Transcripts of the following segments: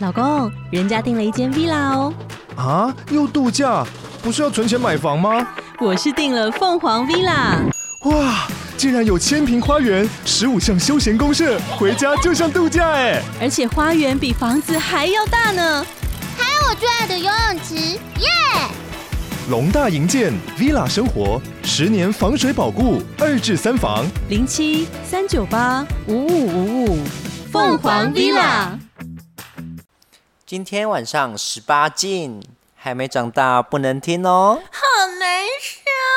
老公，人家订了一间 villa 哦。 啊，又度假？不是要存钱买房吗？ 我是订了凤凰 villa。 哇，竟然有1000坪花园，15项休闲公社，回家就像度假哎！ 而且花园比房子还要大呢。 还有我最爱的游泳池，耶！ 龙大营建 villa 生活，10年防水保固，2至3房 07-398-5555，凤凰 villa。 今天晚上18禁，还没长大不能听哦。 好难受。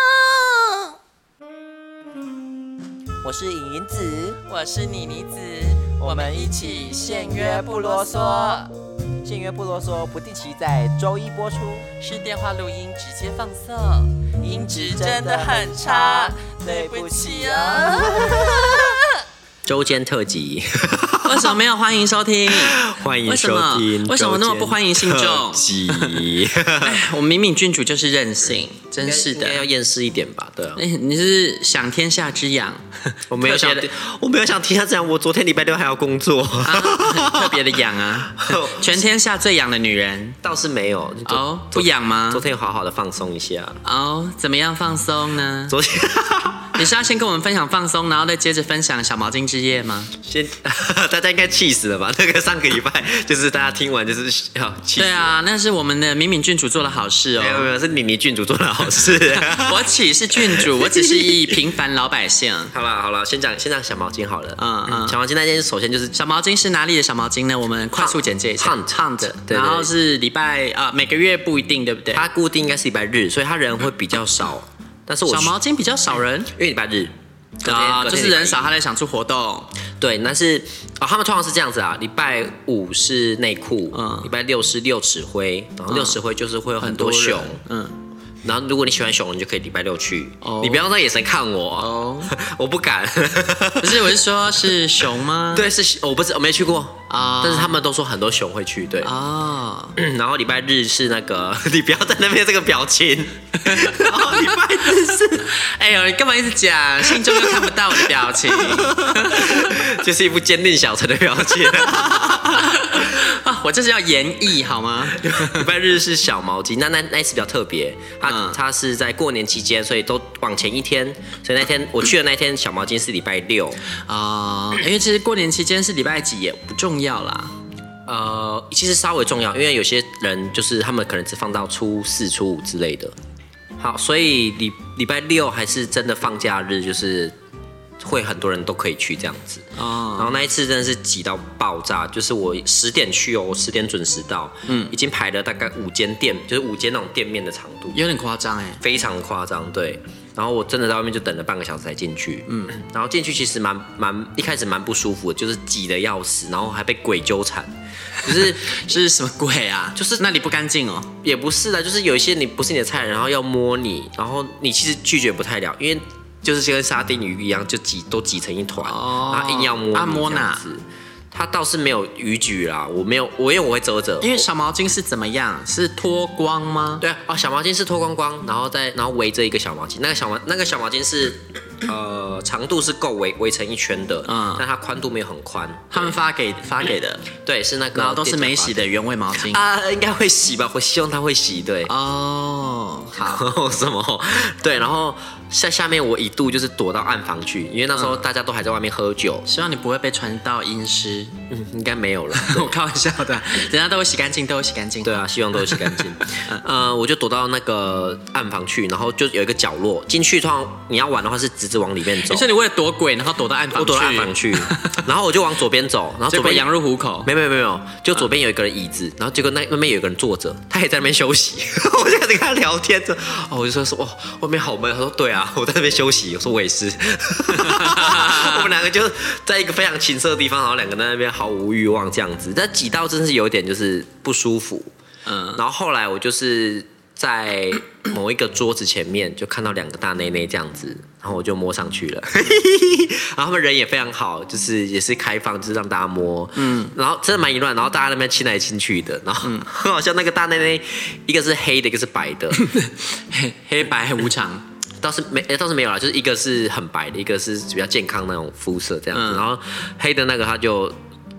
我是影影子， 我是妮妮子， 我们一起限约不啰嗦。限约不啰嗦不定期在周一播出， 是电话录音直接放送，音质真的很差，对不起啊。 周间特辑， 为什么没有欢迎收听？ 欢迎收听。 为什么那么不欢迎信众？我明明君主就是任性，真是的。 应该要厌世一点吧？对啊。 你是想天下之痒？ 我没有想天下之痒。我昨天礼拜六还要工作， 特别的痒啊！全天下最痒的女人倒是没有哦，不痒吗？ 昨天有好好的放松一下哦。怎么样放松呢？ 昨天你是要先跟我们分享放松，然后再接着分享小毛巾之夜吗？ 大家应该气死了吧？那个上个礼拜就是大家听完就是要气死。 对啊，那是我们的敏敏郡主做了好事哦。 没有，是妮妮郡主做了好事。 我岂是郡主，我只是一平凡老百姓。 好了，先讲小毛巾好了。小毛巾那件首先就是小毛巾是哪里的小毛巾呢？我们快速简介一下。Hunt， 然后是礼拜每个月不一定，对不对？ 它固定应该是礼拜日，所以它人会比较少。但是小毛巾比较少人， 因为礼拜日就是人少，他在想出活动。 对，但是他们通常是这样子啊，礼拜5是内裤，礼拜6是6尺灰，然后6尺灰就是会有很多熊，然后如果你喜欢熊，你就可以礼拜6去。你不要那眼神看我，我不敢。 不是，我是说，是熊吗？ 对，是我没去过啊，但是他们都说很多熊会去，对啊。然后礼拜日是那个，你不要在那边这个表情。然后礼拜日是， 哎呦，你干嘛一直讲？信众又看不到我的表情， 就是一副坚定小城的表情。 我这是要演绎好吗？ 礼拜日是小毛巾，那一次比较特别，它是在过年期间，所以都往前一天，所以那天我去的那天小毛巾是礼拜6 啊，因为其实过年期间是礼拜几也不重要啦。 其实稍微重要，因为有些人就是他们可能只放到初4、初5之类的。好，所以礼拜6还是真的放假日，就是会很多人都可以去这样子。然后那一次真的是挤到爆炸，就是我10点去我10点准时到，已经排了大概5间店，就是5间那种店面的长度， 有点夸张哎， 非常夸张，对。然后我真的在外面就等了半个小时才进去，然后进去其实一开始蛮不舒服的，就是挤得要死，然后还被鬼纠缠， 是什么鬼啊？就是那里不干净哦？ 也不是的，就是有一些你不是你的菜，然后要摸你，然后你其实拒绝不太了，因为就是跟沙丁鱼一样，就都挤成一团，然后硬要摸你这样子。他倒是没有逾矩啦，我没有，因为我会遮着。 因为小毛巾是怎么样？是脱光吗？ 对啊，小毛巾是脱光光，然后围着一个小毛巾。那个小毛巾是长度是够围成一圈的，但它宽度没有很宽。 他们发给的， 对，是那个， 然后都是没洗的原味毛巾啊，应该会洗吧？我希望它会洗，对。 哦， 好，什么？对，然后下面我一度就是躲到暗房去，因为那时候大家都还在外面喝酒。 希望你不会被传到阴湿。 应该没有了。 我开玩笑的，人家都会洗干净，都有洗干净。 对啊，希望都有洗干净。我就躲到那个暗房去，然后就有一个角落进去。通常你要玩的话是直往里面走。 你说你为了躲鬼，然后躲到暗房去？ 我躲到暗房去，然后我就往左边走，然后左边羊入虎口。 没有，就左边有一个人椅子，然后结果那边有一个人坐着，他也在那边休息。我就开始跟他聊天着，我就说哇，外面好闷。他说对啊，我在那边休息。我说我也是。我们两个就在一个非常情色的地方，然后两个在那边毫无欲望这样子，但挤到真是有点就是不舒服。然后后来我就是在某一个桌子前面就看到2个大内内这样子，然后我就摸上去了。然后他们人也非常好，就是也是开放，就是让大家摸。然后真的蛮淫乱，然后大家那边亲来亲去的，然后很好笑。那个大内内一个是黑的，一个是白的， 黑白无常。 倒是没有啦，就是一个是很白的，一个是比较健康那种肤色这样子。然后黑的那个他就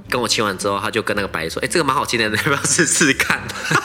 跟我亲完之后，他就跟那个白的说：“这个蛮好亲的，你要不要试试看？”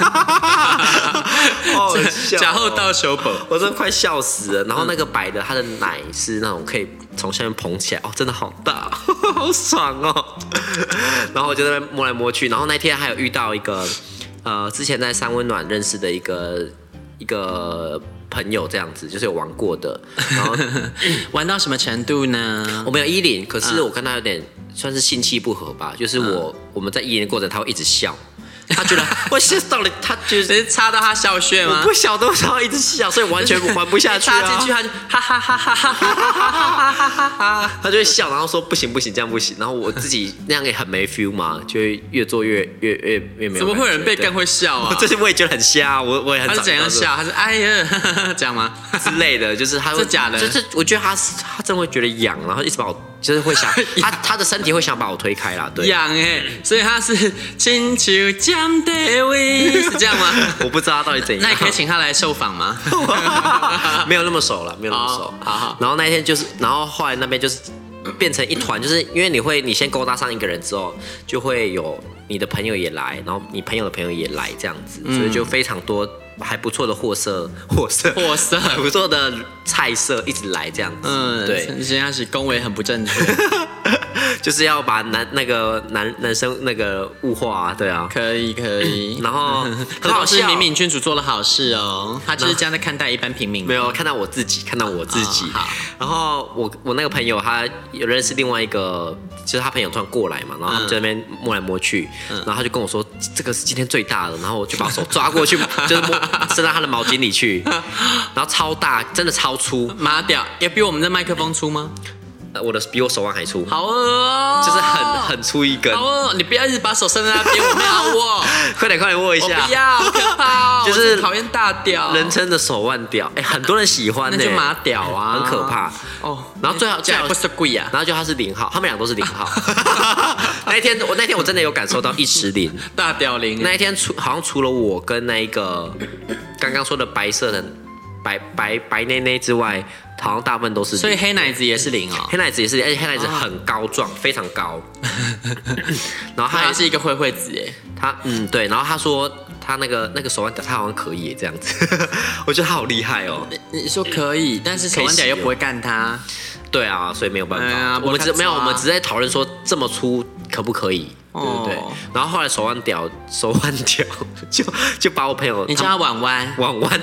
好笑， 假后到手本， 我真的快笑死了。然后那个白的，他的奶是那种可以从下面捧起来，真的好大，好爽哦。然后我就在那边摸来摸去。然后那天还有遇到一个之前在三温暖认识的一个朋友，这样子就是有玩过的。然后玩到什么程度呢？ 我们有10，可是我跟他有点算是性气不合吧，就是我们在10的过程，他会一直笑。他觉得我现在到底他就是插到他笑穴吗？ 我不晓得为什么一直笑，所以完全玩不下去啊。 插进去他就哈哈哈哈哈哈哈， 他就会笑，然后说不行不行这样不行，然后我自己那样也很没 feel 嘛，就会越做越没有。 怎么会有人被干会笑啊？ 这是我也觉得很瞎，我也很。 他是怎样笑？他是哎呀这样吗？ 之类的，就是他会这假的， 就是我觉得他真的会觉得痒，然后一直把我就是会想他的身体会想把我推开啦，对。 痒所以他是亲像江大卫是这样吗？ 我不知道他到底怎样。 那你可以请他来受访吗？ 没有那么熟了，没有那么熟。好。然后那一天就是，然后后来那边就是变成一团，就是因为你先勾搭上一个人之后，就会有你的朋友也来，然后你朋友的朋友也来这样子，所以就非常多还不错的货色，还不错的菜色一直来这样子。对， 现在是恭维很不正确。 就是要把男生那个物化啊，对啊， 可以。 然后很好笑， 是敏敏君主做了好事哦，他就是这样在看待一般平民。 没有看到我自己。 好， 然后我那个朋友他有认识另外一个，就是他朋友突然过来嘛，然后他们在那边摸来摸去，然后他就跟我说这个是今天最大的，然后我就把手抓过去，就是伸到他的毛巾里去，然后超大，真的超粗， 麻屌也比我们的麦克风粗吗？ 我的比我手腕还粗， 好饿哦， 就是很粗一根。 好饿，你不要一直把手伸在那边，我没有握。快点握一下。我不要，好可怕哦。就是讨厌大屌， 人称的手腕屌，很多人喜欢那就麻屌啊， 很可怕哦。然后最好不是贵啊， 然后就他是0号，他们俩都是0号。那天我真的有感受到1池0， 大屌0。 那一天好像除了我跟那一个刚刚说的白色的白内内之外，好像大部分都是0。 所以黑奶子也是0哦。 黑奶子也是0，而且黑奶子很高壮，非常高。然后他也是一个慧子耶。 他对，然后他说他那个手腕屌他好像可以耶这样子，我觉得他好厉害哦。 你说可以，但是手腕屌又不会干他。 对啊，所以没有办法。我们只是在讨论说这么粗可不可以，对不对？然后后来手腕屌就把我朋友， 你叫他婉婉，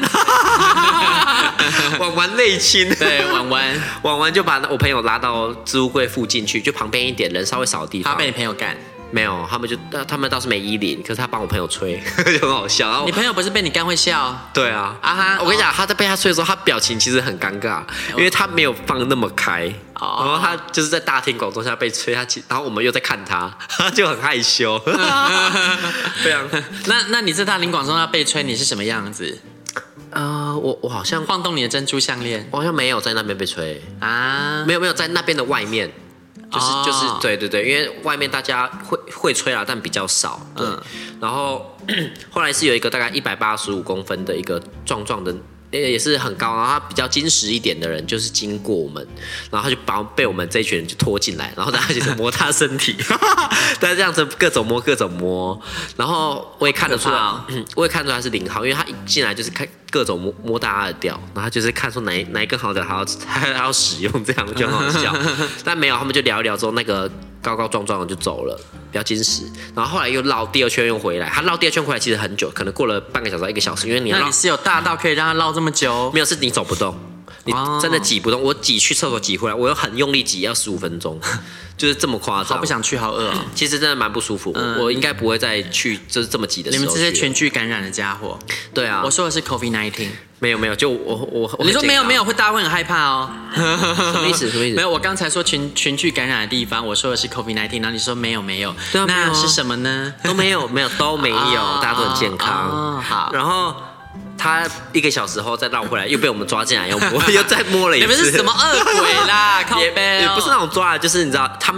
婉婉内亲， 对， 婉婉就把我朋友拉到置物柜附近去，就旁边一点人稍微少的地方。 他被你朋友干？ 没有，他们倒是没10，可是他帮我朋友吹，就很好笑。然后你朋友不是被你干会笑？ 对啊，我跟你讲，他在被他吹的时候，他表情其实很尴尬，因为他没有放那么开，然后他就是在大庭广众下被吹，然后我们又在看他，他就很害羞，非常。 那你在大庭广众下被吹，你是什么样子？ 我好像晃动你的珍珠项链， 我好像没有在那边被吹啊， 没有在那边的外面。就是对，因为外面大家会吹啦，但比较少。对，然后后来是有一个大概185公分的一个壮的，也是很高，然后他比较精实一点的人，就是经过我们，然后他就被我们这一群人就拖进来，然后大家一直摸他身体，但是这样子各种摸，然后我也看得出来，他是0号，因为他一进来就是看各种摸大家的屌，然后他就是看说哪一根好屌他要使用，这样就很好笑。但没有，他们就聊一聊之后，那个高壮的就走了，比较精实。然后后来又绕第2圈又回来，他绕第2圈回来其实很久，可能过了半个小时到1个小时，因为你是有大到可以让他绕这么久？ 没有，是你走不动。你真的挤不动，我去厕所挤回来，我又很用力挤，要15分钟，就是这么夸张。 好不想去，好饿哦。 其实真的蛮不舒服，我应该不会再去，就是这么挤的时候。 你们这些群聚感染的家伙。 对啊， 我说的是 COVID-19。 没有，就我你说没有，大家会很害怕哦。 什么意思？ 没有，我刚才说群聚感染的地方，我说的是 COVID-19， 然后你说没有， 对啊， 那是什么呢？ 都没有，大家都很健康。 好， 然后。他1个小时后再绕回来，又被我们抓进来，又再摸了一次。 你们是什么恶鬼啦？靠北也不是那种抓的，就是你知道，他们因为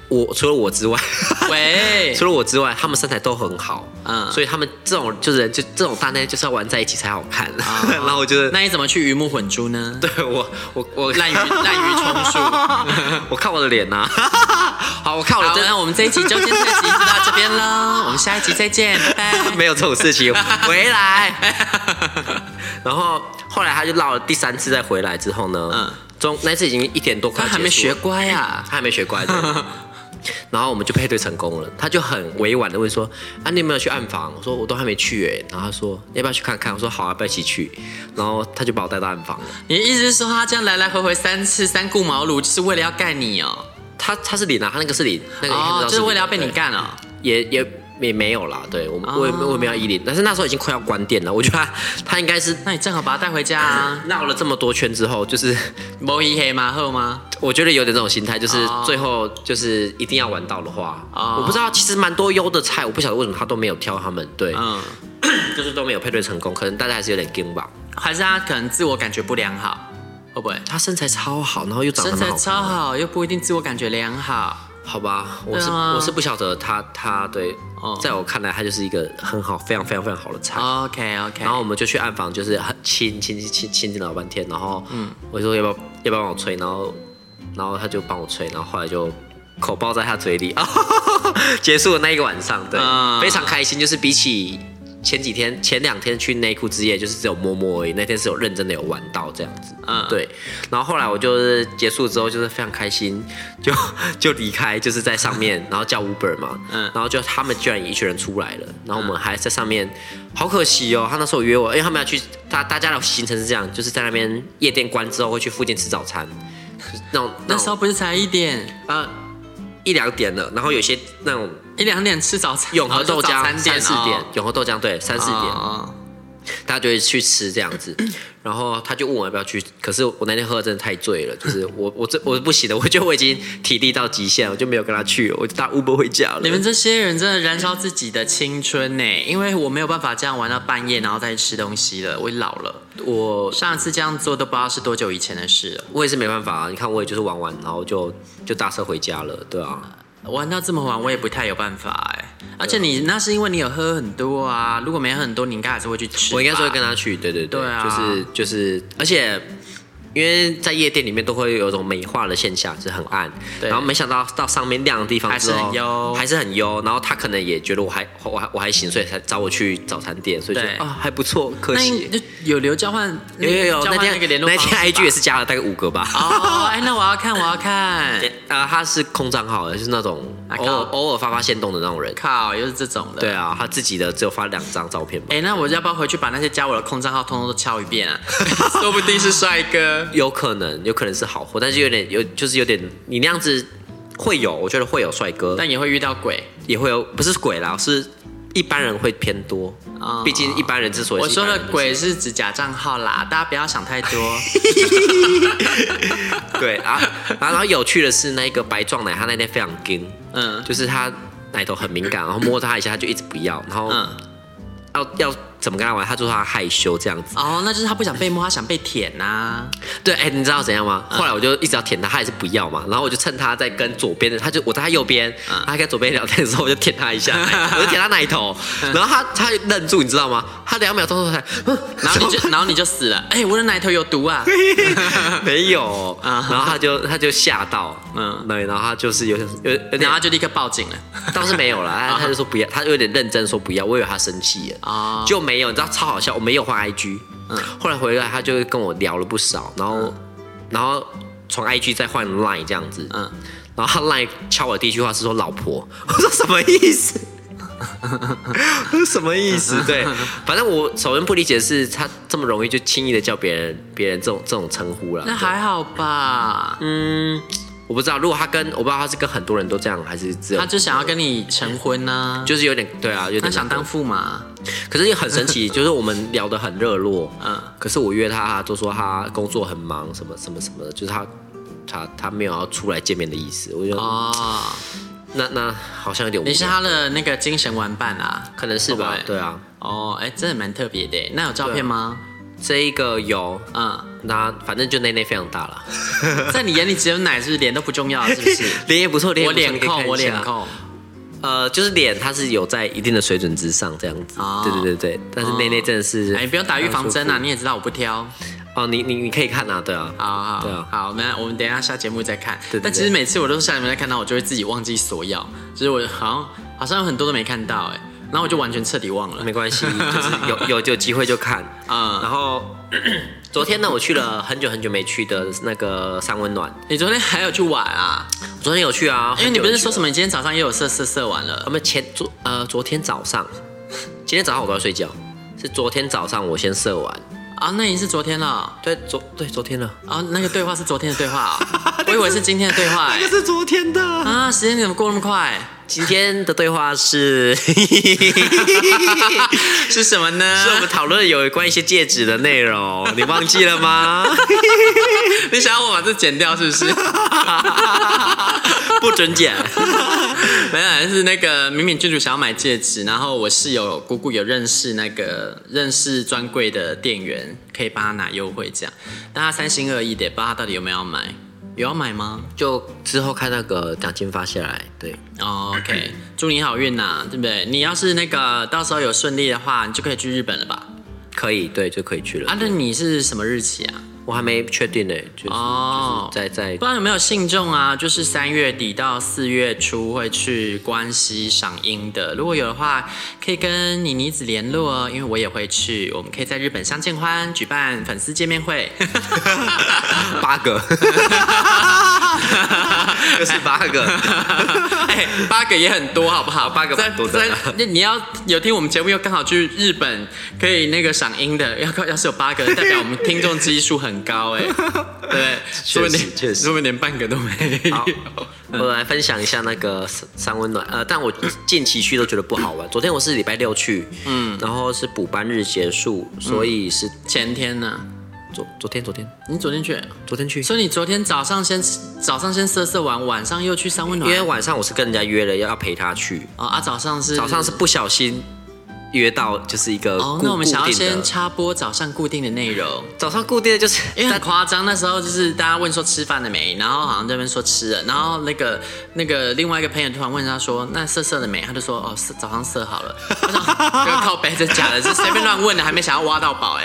除了我之外， 喂， 除了我之外，他们身材都很好，所以他们这种就这种大内就是要玩在一起才好看。然后我觉得， 那你怎么去鱼目混珠呢？ 对我滥竽充数， 我看我的脸呐。好，我看我的。 那我们这一集究竟特辑就到这边了，我们下一集再见，拜拜。 没有这种事情，回来。然后后来他就绕了第3次再回来之后呢，那次已经1点多快结束了， 他还没学乖啊， 他还没学乖。然后我们就配对成功了，他就很委婉的问说：“啊，你有没有去暗房？”我说：“我都还没去哎。”然后他说：“要不要去看看？”我说：“好啊，要不要一起去？”然后他就把我带到暗房了。 你的意思是说他这样来来回回3次3顾茅庐，就是为了要干你哦？ 他是零啊，他那个是零，那个就是为了要被你干哦？ 也没有啦，对我也没有10，但是那时候已经快要关店了。我觉得他应该是， 那你正好把他带回家啊。 绕了这么多圈之后，就是摸一黑马后吗？ 我觉得有点这种心态，就是最后就是一定要玩到的话，我不知道，其实蛮多优的菜，我不晓得为什么他都没有挑他们，对，就是都没有配对成功，可能大家还是有点惊吧， 还是他可能自我感觉不良好，会不会？ 他身材超好，然后又长得身材超好，又不一定自我感觉良好。 好吧，我是不晓得他对，在我看来他就是一个很好，非常非常非常好的菜。 OK。 然后我们就去暗房，就是很亲老半天，然后我说要不要帮我吹，然后他就帮我吹，然后后来就口爆在他嘴里，结束了那一个晚上，对，非常开心，就是比起前2天去内裤之夜，就是只有摸而已。那天是有认真的有玩到这样子，对。然后后来我就是结束之后，就是非常开心，就离开，就是在上面，然后叫 Uber 嘛，然后就他们居然一群人出来了，然后我们还在上面，好可惜哦。他那时候约我，因为他们要去，大家的行程是这样，就是在那边夜店关之后会去附近吃早餐， 那时候不是才1点 ？1、2点了，然后有些那种 1、2点吃早餐， 永和豆浆3、4点，永和豆浆对3、4点，大家就会去吃这样子。然后他就问我要不要去，可是我那天喝的真的太醉了，就是我不行了，我觉得我已经体力到极限了，我就没有跟他去了，我就搭 Uber 回家了。 你们这些人真的燃烧自己的青春呢，因为我没有办法这样玩到半夜，然后再吃东西了，我老了。我上一次这样做都不知道是多久以前的事了。 我也是没办法啊，你看我也就是玩，然后就搭车回家了，对啊。 玩到这么晚，我也不太有办法哎。而且你那是因为你有喝很多啊，如果没喝很多，你应该还是会去吃。 我应该是会跟他去，对啊，就是，而且因为在夜店里面都会有一种美化的现象，就是很暗，然后没想到到上面亮的地方之后还是很优，然后他可能也觉得我还行，所以才找我去早餐店，所以就还不错，可惜。 那有留交换， 有那天那天 IG 也是加了大概5个吧。 那我要看。 他是空账号的，就是那种偶尔发限动的那种人。 靠，又是这种的。 对啊，他自己的只有发2张照片吧。 那我要不要回去把那些加我的空账号通通都敲一遍啊？说不定是帅哥。 有可能是好货，但是有点你那样子会有，我觉得会有帅哥， 但也会遇到鬼， 也会有，不是鬼啦，是一般人会偏多。毕竟一般人之所以我说的鬼是指假账号啦，大家不要想太多。对啊，然后有趣的是那个白壮奶，他那天非常硬，就是他奶头很敏感，然后摸他一下他就一直不要，然后要怎么跟他玩？他说他害羞这样子。 那就是他不想被摸，他想被舔啊。 对，你知道怎样吗？后来我就一直要舔他，他也是不要嘛。然后我就趁他在跟左边的，我在他右边，他跟左边聊天的时候，我就舔他一下，我就舔他奶头。然后他愣住，你知道吗？他2秒钟才， 然后你就死了。我的奶头有毒啊？ 没有。然后他就吓到，对，然后他就是有点， 然后他就立刻报警了。 倒是没有啦，他就说不要，他有点认真说不要，我以为他生气了，就没有，你知道超好笑，我没有换 IG，后来回来他就跟我聊了不少，然后从 IG 再换 Line 这样子，然后他 Line 敲我第一句话是说老婆，我说什么意思？什么意思？对，反正我首先不理解的是他这么容易就轻易的叫别人这种称呼了。 那还好吧？ 我不知道，如果我不知道他是跟很多人都这样，还是只有他就想要跟你成婚呢？ 就是有点对啊，有点他想当驸马。 可是也很神奇，就是我们聊得很热络，可是我约他都说他工作很忙，什么的，就是他没有要出来见面的意思。我就那好像有点无聊。 你是他的那个精神玩伴啊？ 可能是吧？对啊。 真的蛮特别的。那有照片吗？ 这一个有， 那反正就内非常大了。 在你眼里只有奶，是不是脸都不重要，是不是？ 脸也不错， 我脸控，我脸控。 就是脸它是有在一定的水准之上这样子。对，但是内真的是， 你不用打预防针啊，你也知道我不挑。 你可以看啊，对啊， 好，那我们等一下下节目再看。 对， 但其实每次我都是下节目再看到，我就会自己忘记锁药，就是我好像有很多都没看到然后我就完全彻底忘了。 没关系，就是有机会就看。然后昨天呢，我去了很久没去的那个三温暖。 你昨天还有去玩啊？ 昨天有去啊， 因为你不是说什么你今天早上也有射完了？ 我们昨天早上，今天早上我都要睡觉，是昨天早上我先射完。 那已经是昨天了。 对，昨天了。 那个对话是昨天的对话我以为是今天的对话。 那个是昨天的时间怎么过那么快？ 今天的对话是是什么呢？ 是我们讨论有关一些戒指的内容，你忘记了吗？ 你想要我把这剪掉是不是？ 不准剪。 没有，是那个敏敏郡主想要买戒指，然后我室友姑姑有认识专柜的店员，可以帮他拿优惠这样，但他三心二意的，不知道他到底有没有要买。有要买吗？ 就之后看那个奖金发下来，对。 OK， 祝你好运呐，对不对？你要是那个到时候有顺利的话，你就可以去日本了吧？ 可以，对，就可以去了。 那你是什么日期啊？ 我还没确定呢，就是在不知道有没有信众啊？就是3月底到4月初会去关西赏樱的，如果有的话，可以跟妮妮子联络哦，因为我也会去，我们可以在日本相见欢举办粉丝见面会 ，8个，就是8个 ，8个也很多，好不好 ？8个蛮多的。 你要有听我们节目，又刚好去日本可以那个赏樱的，要是有8个，代表我们听众基数很高对， 确实， 说不定连半个都没有。 我来分享一下那个三温暖，但我近期去都觉得不好玩。昨天我是礼拜6去，然后是补班日结束，所以是前天呢。 昨天， 你昨天去？ 昨天去， 所以你昨天早上先射完，晚上又去三温暖。 因为晚上我是跟人家约了要陪他去。 早上是不小心约到，就是一个那我们想要先插播早上固定的内容。 早上固定的就是因为很夸张，那时候就是大家问说吃饭了没，然后好像这边说吃了，然后那个另外一个朋友突然问他说那射了没，他就说早上射好了。我想靠北，这假的，是随便乱问的，还没想要挖到宝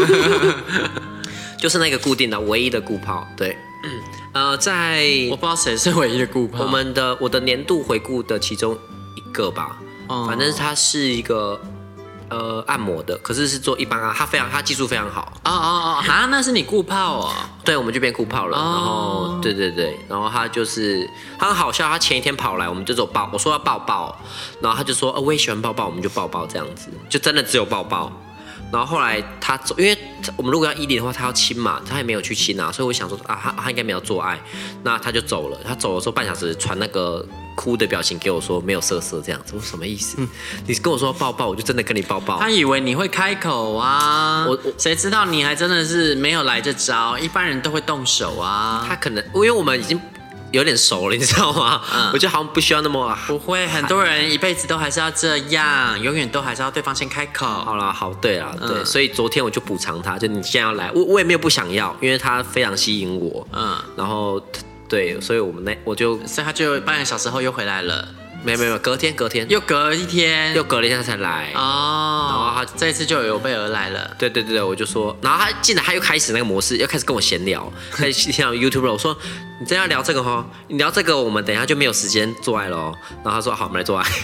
就是那个固定的唯一的固炮，对，在我不知道谁是唯一的固炮， 我的年度回顾的其中一个吧，反正它是一个按摩的，可是做一般他技术非常好。 那是你固炮对，我们就变固炮了。然后对，然后他很好笑，他前一天跑来，我们就走抱，我说要抱抱，然后他就说我也喜欢抱抱，我们就抱抱这样子，就真的只有抱抱。然后后来他走，因为我们如果要10的话，他要亲嘛，他也没有去亲所以我想说他应该没有做爱，那他就走了。他走的时候半小时传那个哭的表情给我说没有射这样子，我什么意思？你跟我说抱抱，我就真的跟你抱抱。 他以为你会开口啊，谁知道你还真的是没有来这招，一般人都会动手啊。 他可能因为我们已经有点熟了，你知道吗？我觉得好像不需要那么不会，很多人一辈子都还是要这样，永远都还是要对方先开口。 好啦，对，所以昨天我就补偿他，就你现在要来，我也没有不想要，因为他非常吸引我，然后对，所以所以他就半个小时后又回来了。 没有，隔天又隔了一天他才来然后他这一次就有备而来了。 对，我就说，然后他进来，他又开始那个模式，又开始跟我闲聊，开始像 YouTuber， 我说你真要聊这个齁，你聊这个，我们等一下就没有时间做爱咯。然后他说好，我们来做爱。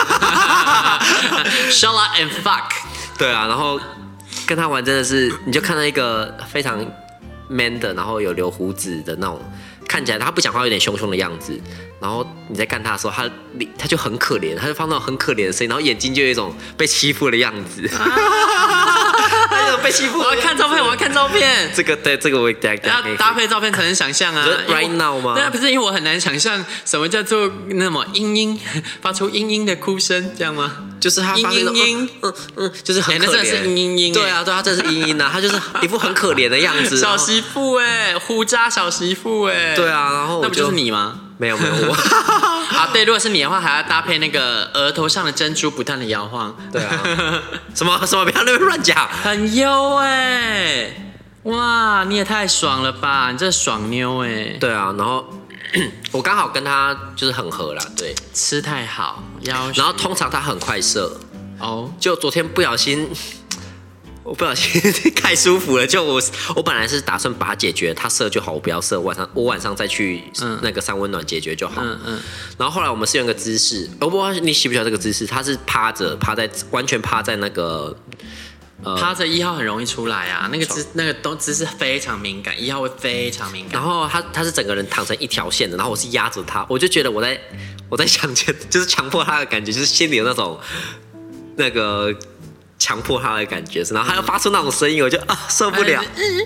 Shut up and fuck。 对啊，然后跟他玩真的是，你就看到一个非常 man 的，然后有留胡子的那种。看起来他不讲话有点凶的样子，然后你在干他的时候，他就很可怜，他就放那种很可怜的声音，然后眼睛就有一种被欺负的样子。他有被欺负。 我要看照片。 这个我等下要搭配照片才能想象啊。 Right now 吗？ 对啊，不是因为我很难想象什么叫做那么嘤发出嘤的哭声，这样吗？ 就是他嘤，就是很可怜。 那真的是嘤。 对啊，他真的是嘤他就是一副很可怜的样子。 小媳妇胡渣小媳妇对啊，然后那不就是你吗？ 没有我。 对，如果是你的话，还要搭配那个额头上的珍珠不断的摇晃。 对啊，什么不要那边乱讲， 很优哇，你也太爽了吧！你这爽妞哎。 对啊，然后我刚好跟他就是很合啦，对， 吃太好，然后通常他很快射哦， 就昨天不小心。我不小心太舒服了，就我本来是打算把它解决，他射就好，我不要射，我晚上再去那个三温暖解决就好。然后后来我们是用一个姿势，我不知道你喜不喜欢这个姿势，他是完全趴在那个。 趴着1号很容易出来啊，那个姿势非常敏感，1号会非常敏感。 然后他是整个人躺成一条线的，然后我是压着他，我就觉得我在强就是强迫他的感觉，就是心里有那个强迫他的感觉，然后他又发出那种声音，我就受不了。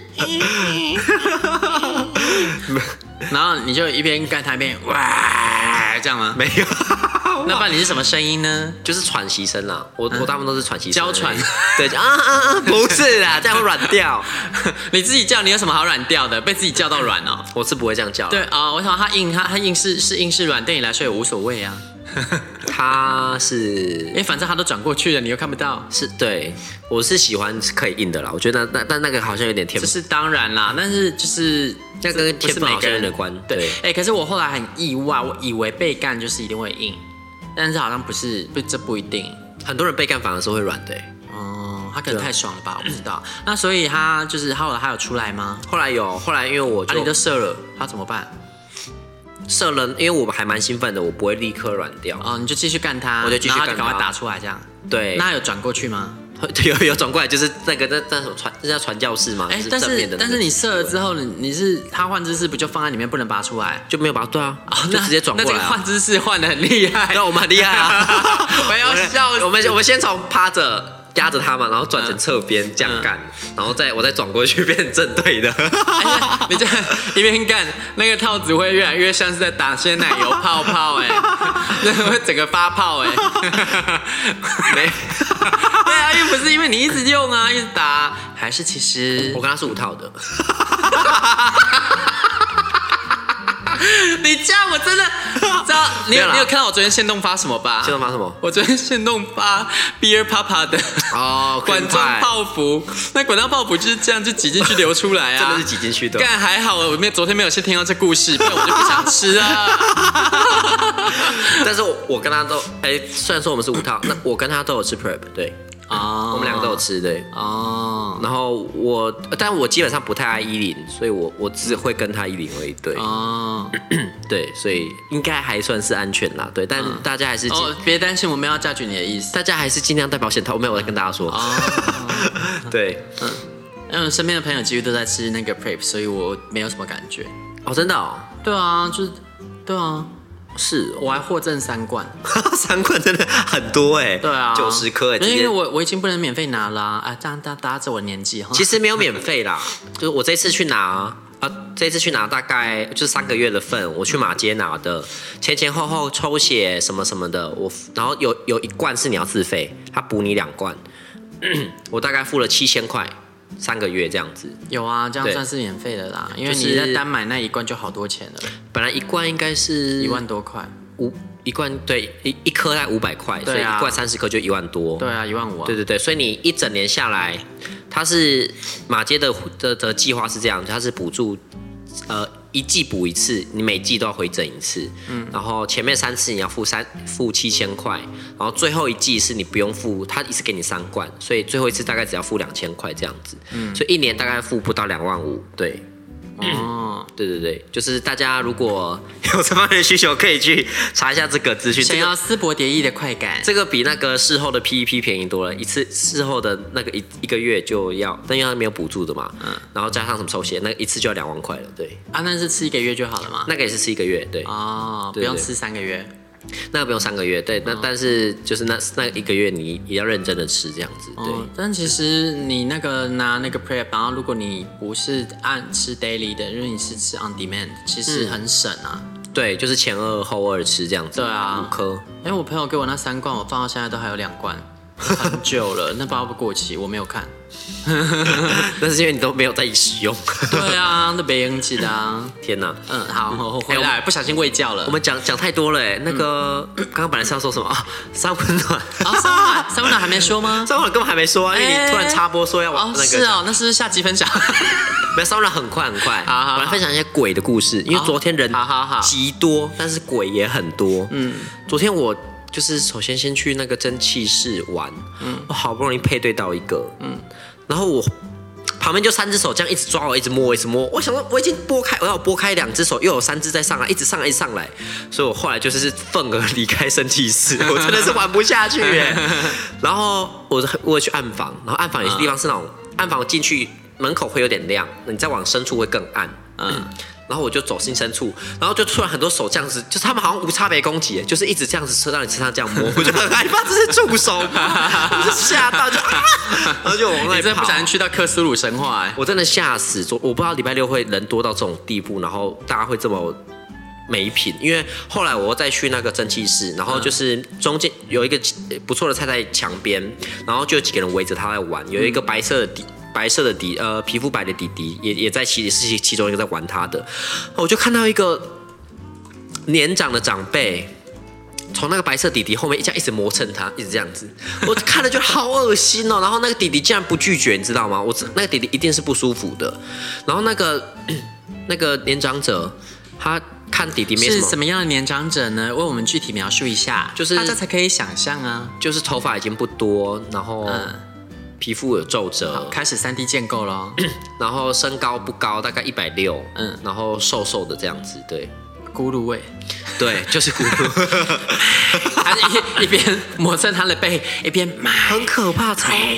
然后你就一边干他一边哇这样吗？ 没有。 那不然你是什么声音呢？ 就是喘息声啦，我大部分都是喘息声。 娇喘。 对，不是啦，这样会软掉。 你自己叫，你有什么好软掉的？被自己叫到软哦。 我是不会这样叫。 对啊，我想他硬是硬是软，对你来说也无所谓啊。 他是， 反正他都转过去了，你又看不到。 是对，我是喜欢可以硬的啦。我觉得但那个好像有点天赋。 这是当然啦，但是就是那跟天分好像有点关。 对，可是我后来很意外，我以为被干就是一定会硬，但是好像不是，这不一定。 很多人被干反而是会软的。 哦，他可能太爽了吧，我不知道。那所以他就是后来他有出来吗？ 后来因为我就你都射了，他怎么办？ 射了，因为我还蛮兴奋的，我不会立刻软掉。 哦，你就继续干他， 我就继续干他， 然后赶快打出来这样。 对， 那有转过去吗？ 有转过来，就是那什么这叫传教士吗？ 但是你射了之后，你是他换姿势不就放在里面不能拔出来？ 就没有拔，对啊，就直接转过来。 那这个换姿势换得很厉害， 对，我们很厉害啊！ 我要笑死。 我们先从趴着。压着他嘛，然后转成侧边这样干，然后我再转过去变成正对的。 你这样一边干，那个套子会越来越像是在打鲜奶油泡泡那会整个发泡没，对啊，又不是因为你一直用啊，一直打，还是其实我跟他是5套的。 你这样我真的知道，你有看到我昨天限动发什么吧？ 限动发什么？ 我昨天限动发 Beer Papa 的管状泡芙，那管状泡芙就是这样就挤进去流出来啊， 真的是挤进去的。 干还好我昨天没有先听到这故事，不然我就不想吃啊。 但是我跟他都虽然说我们是5套，那我跟他都有吃 Prep， 对。我们2个都有吃，对。然后但我基本上不太爱10，所以我只会跟他10而已，对。对，所以应该还算是安全啦，对。但大家还是别担心，我们要judge你的意思。 大家还是尽量戴保险套，我没有在跟大家说。对， 因为身边的朋友几乎都在吃那个 Prep， 所以我没有什么感觉。 真的哦。 对啊，对啊。 是， 我还获赠3罐 ，3罐真的很多对啊，90颗因为我已经不能免费拿啦，这样搭着我年纪其实没有免费啦，就是我这次去拿大概就是3个月的份，我去马街拿的，前后抽血什么什么的，然后有1罐是你要自费，他补你2罐，我大概付了7000块。3个月这样子， 有啊，这样算是免费的啦，因为你在单买那1罐就好多钱了。 本来1罐应该是 1万多块 ，1罐对一颗大概500块，所以1罐30颗就1万多。 对啊，1万5啊。 对，所以你一整年下来，它是马街的计划是这样，它是补助1季补1次，你每季都要回诊1次，然后前面3次你要付7000块，然后最后1季是你不用付，他一次给你3罐，所以最后1次大概只要付2000块这样子，所以1年大概付不到2万5，对。对，就是大家如果有这方面的需求，可以去查一下这个资讯。 想要丝薄蝶翼的快感， 这个比那个事后的 PEP 便宜多了。一次事后的那个一个月就要，但因为它没有补助的嘛，然后加上什么抽血，那一次就要2万块了。对啊，那是吃1个月就好了嘛？ 那个也是吃1个月，对。 不用吃3个月。 那个不用3个月，对，但是就是那1个月你也要认真的吃这样子，对。 但其实你那个拿那个 Prep， 然后如果你不是按吃 daily 的，因为你是吃 on demand， 其实很省啊。 对，就是前2后2吃这样子。 对啊， 5颗。 因为我朋友给我那3罐，我放到现在都还有2罐。 很久了，那包不过期，我没有看。 那是因为你都没有在使用。 对啊，那别人记的啊。 天哪！ 好，我回来，不小心喂教了。 我们讲太多了哎。那个刚刚本来是要说什么啊？三温暖三温暖还没说吗？ 三温暖根本还没说啊，因为你突然插播说要往那个。 是哦，那是下集分享。 没有，三温暖很快。 好， 我来分享一些鬼的故事，因为昨天人极多，但是鬼也很多。昨天我就是首先先去那个蒸汽室玩，我好不容易配对到一个，然后我旁边就3只手这样一直抓我，一直摸。我想说我已经拨开，我要拨开2只手，又有3只再上来，一直上来，所以我后来就是愤而离开蒸汽室，我真的是玩不下去耶。然后我去暗房，然后暗房有些地方是那种暗房进去门口会有点亮，你再往深处会更暗。然后我就走进深处，然后就突然很多手这样子，就是他们好像无差别攻击，就是一直这样子让你身上这样摸，我就很害怕，这是助手吗？我就吓到就然后就往那里跑。 你真的不小心去到克苏鲁神话哎！ 我真的吓死，我不知道礼拜六会人多到这种地步，然后大家会这么没品。因为后来我又再去那个蒸汽室，然后就是中间有一个不错的菜在墙边，然后就有几个人围着他在玩，有一个白色的皮肤白的弟弟也在其中一个在玩他的，我就看到一个年长的长辈从那个白色弟弟后面一直磨蹭他，一直这样子，我看了就好恶心哦。然后那个弟弟竟然不拒绝，你知道吗？那个弟弟一定是不舒服的。然后那个年长者他看弟弟没是什么样的年长者呢？为我们具体描述一下， 就是大家才可以想象啊。 就是头发已经不多，然后皮肤有皱褶， 开始3D 建构了， 然后身高不高，大概160，然后瘦瘦的这样子，对， 咕噜味， 对，就是咕噜， 他一边磨蹭他的背，一边很可怕，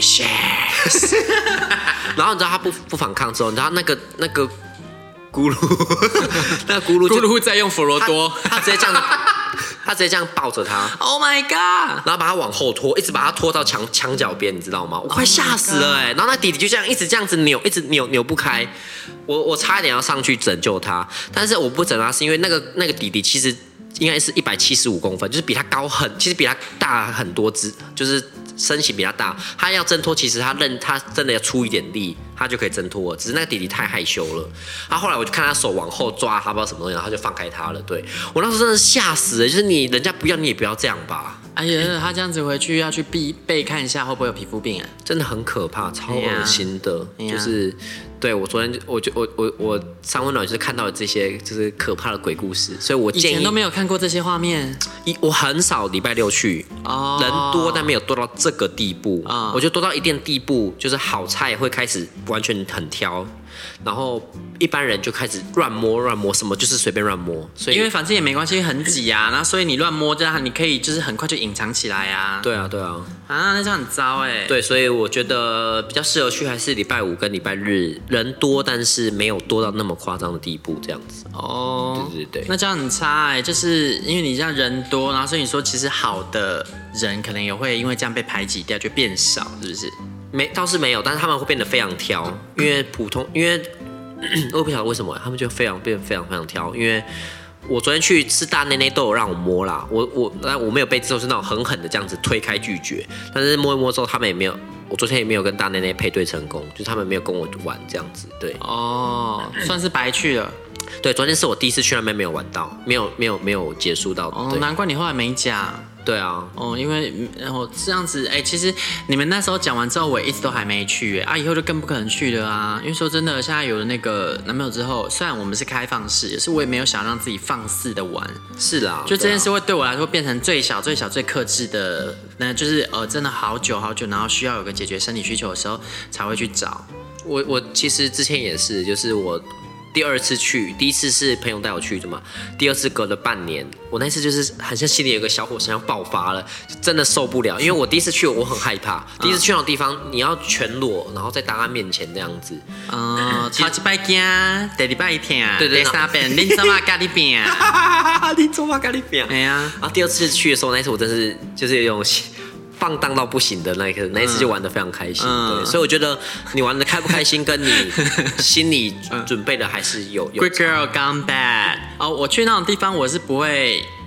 然后你知道他不反抗之后，你知道那个咕噜，那个咕噜在用佛罗多， 他直接这样抱着他 ，Oh my god！ 然后把他往后拖，一直把他拖到墙角边，你知道吗？我快吓死了哎！然后那弟弟就一直这样子扭，一直扭不开。我差一点要上去拯救他，但是我不拯救他，是因为那个弟弟其实应该是175公分，就是比他高其实比他大很多只，就是身形比他大。他要挣脱，其实他真的要出一点力，他就可以挣脱了。只是那个弟弟太害羞了。后来我就看他手往后抓，他不知道什么东西，然后他就放开他了。对，我那时候真的吓死了，就是人家不要，你也不要这样吧。 哎呀，他这样子回去要去背看一下会不会有皮肤病啊？ 真的很可怕，超恶心的。就是对我昨天我三温暖就是看到了这些就是可怕的鬼故事，所以我建议以前都没有看过这些画面。 我很少礼拜六去，人多但没有多到这个地步。我觉得多到一定地步，就是好菜会开始完全很挑。然后一般人就开始乱摸，什么就是随便乱摸，所以因为反正也没关系，很挤啊，然后所以你乱摸这样，你可以就是很快就隐藏起来啊。 对啊， 那这样很糟哎。 对，所以我觉得比较适合去还是礼拜五跟礼拜日，人多但是没有多到那么夸张的地步这样子。 哦， 对， 那这样很差哎，就是因为你这样人多，然后所以你说其实好的人可能也会因为这样被排挤掉，就变少，是不是？ 倒是没有，但是他们会变得非常挑，因为我不晓得为什么他们就变得非常挑，因为我昨天去吃大内内都有让我摸啦，我没有被就是那种狠狠的这样子推开拒绝，但是摸一摸之后他们也没有，我昨天也没有跟大内内配对成功，就是他们没有跟我玩这样子，对。 哦，算是白去了。 对，昨天是我第一次去那边没有玩到，没有结束到。 哦，难怪你后来没讲。 对啊， 因为这样子，其实你们那时候讲完之后，我一直都还没去，以后就更不可能去了啊。因为说真的，现在有了那个男朋友之后，虽然我们是开放式，也是我也没有想让自己放肆的玩。 是啦， 就这件事会对我来说变成最小、最克制的，那就是真的好久，然后需要有个解决生理需求的时候才会去找。 我其实之前也是，就是我。第二次去，第一次是朋友带我去的嘛，第二次隔了半年，我那次就是好像心里有个小火想要爆发了，真的受不了，因为我第一次去我很害怕，第一次去那种地方你要全裸，然后在大家面前这样子， 头一摆惊，第二摆痛， 对， 第三遍恁做嘛咖喱饼， 恁做嘛咖喱饼， 哎呀， 然后第二次去的时候，那一次我真是就是有种放荡到不行的那一次就玩得非常开心，对，所以我觉得你玩得开不开心，跟你心里准备的还是有。 Good girl gone bad。我去那种地方我是不会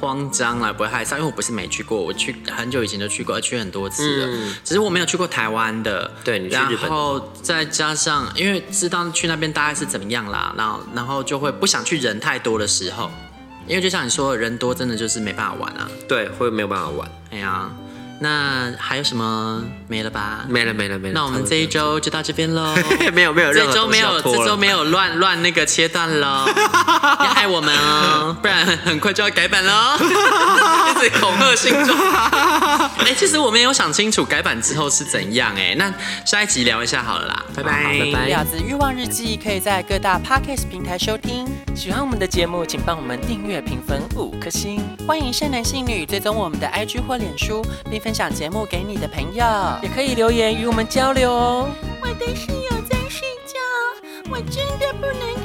慌张啦，不会害臊，因为我不是没去过，我去很久以前就去过，去很多次了。只是我没有去过台湾的。 对，你去日本。 然后再加上，因为知道去那边大概是怎么样啦，然后就会不想去人太多的时候，因为就像你说，人多真的就是没办法玩啊。 对，会没有办法玩。 哎呀。那还有什么没了吧？ 没了。 那我们这一周就到这边喽。 没有， 这周没有乱那个切断喽，要爱我们哦，不然很快就要改版喽。一直恐吓信众。其实我没有想清楚改版之后是怎样那下一集聊一下好了啦，拜拜。 婊子欲望日记可以在各大 Podcast 平台收听。喜欢我们的节目，请帮我们订阅、评分5颗星。欢迎善男信女追踪我们的 IG 或脸书，并分享节目给你的朋友，也可以留言与我们交流哦。 我的室友在睡觉，我真的不能